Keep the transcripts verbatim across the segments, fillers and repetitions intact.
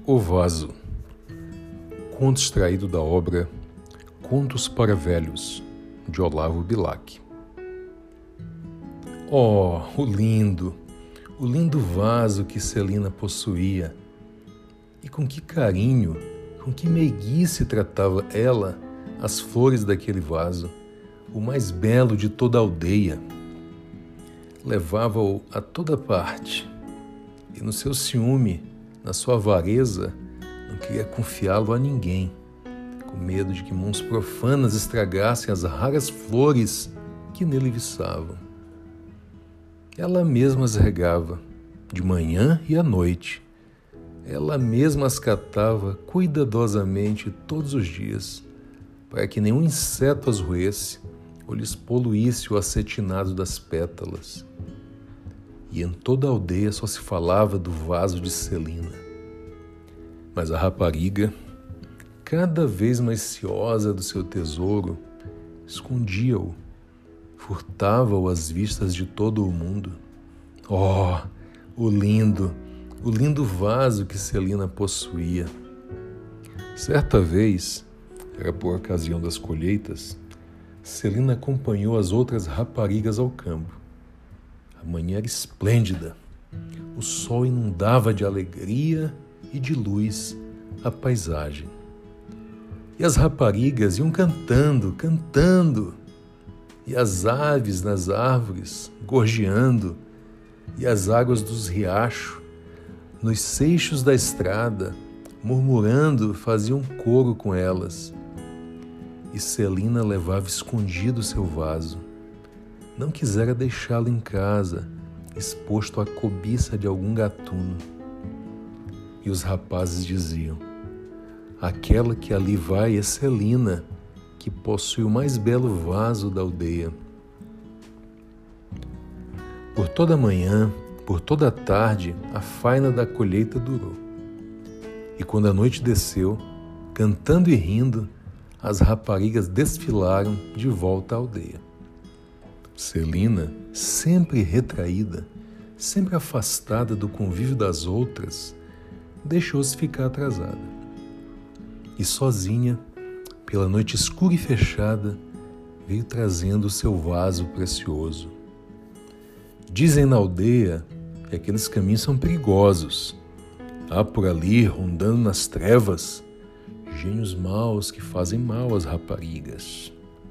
O Vaso. Conto extraído da obra Contos para Velhos, de Olavo Bilac. Oh, o lindo, o lindo vaso que Celina possuía! E com que carinho, com que meiguice tratava ela as flores daquele vaso, o mais belo de toda a aldeia. Levava-o a toda parte, e no seu ciúme, na sua avareza, não queria confiá-lo a ninguém, com medo de que mãos profanas estragassem as raras flores que nele viçavam. Ela mesma as regava, de manhã e à noite. Ela mesma as catava cuidadosamente todos os dias, para que nenhum inseto as roesse ou lhes poluísse o acetinado das pétalas. E em toda a aldeia só se falava do vaso de Celina. Mas a rapariga, cada vez mais ciosa do seu tesouro, escondia-o, furtava-o às vistas de todo o mundo. Oh, o lindo, o lindo vaso que Celina possuía! Certa vez, era por ocasião das colheitas, Celina acompanhou as outras raparigas ao campo. A manhã era esplêndida. O sol inundava de alegria e de luz a paisagem. E as raparigas iam cantando, cantando, e as aves nas árvores gorjeando, e as águas dos riachos, nos seixos da estrada, murmurando, faziam coro com elas. E Celina levava escondido seu vaso. Não quisera deixá-lo em casa, exposto à cobiça de algum gatuno. E os rapazes diziam: aquela que ali vai é Celina, que possui o mais belo vaso da aldeia. Por toda a manhã, por toda a tarde, a faina da colheita durou. E quando a noite desceu, cantando e rindo, as raparigas desfilaram de volta à aldeia. Celina, sempre retraída, sempre afastada do convívio das outras, deixou-se ficar atrasada. E sozinha, pela noite escura e fechada, veio trazendo o seu vaso precioso. Dizem na aldeia que aqueles caminhos são perigosos. Há por ali, rondando nas trevas, gênios maus que fazem mal às raparigas.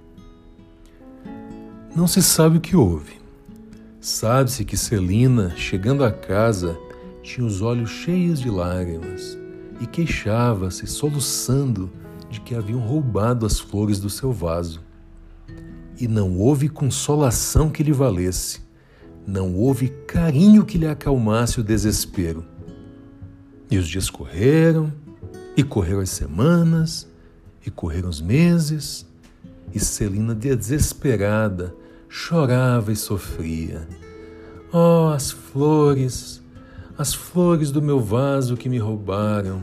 Não se sabe o que houve. Sabe-se que Celina, chegando à casa, tinha os olhos cheios de lágrimas e queixava-se, soluçando, de que haviam roubado as flores do seu vaso. E não houve consolação que lhe valesse, não houve carinho que lhe acalmasse o desespero. E os dias correram, e correram as semanas, e correram os meses, e Celina, desesperada, chorava e sofria. Oh, as flores, as flores do meu vaso que me roubaram.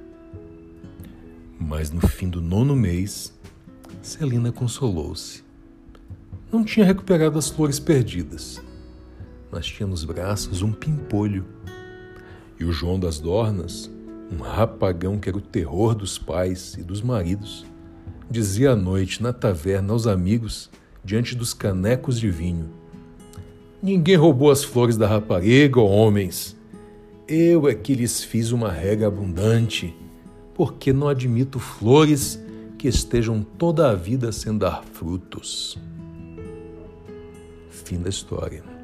Mas no fim do nono mês, Celina consolou-se. Não tinha recuperado as flores perdidas, mas tinha nos braços um pimpolho. E o João das Dornas, um rapagão que era o terror dos pais e dos maridos, dizia à noite na taverna aos amigos, diante dos canecos de vinho: ninguém roubou as flores da rapariga, ó homens. Eu é que lhes fiz uma rega abundante, porque não admito flores que estejam toda a vida sem dar frutos. Fim da história.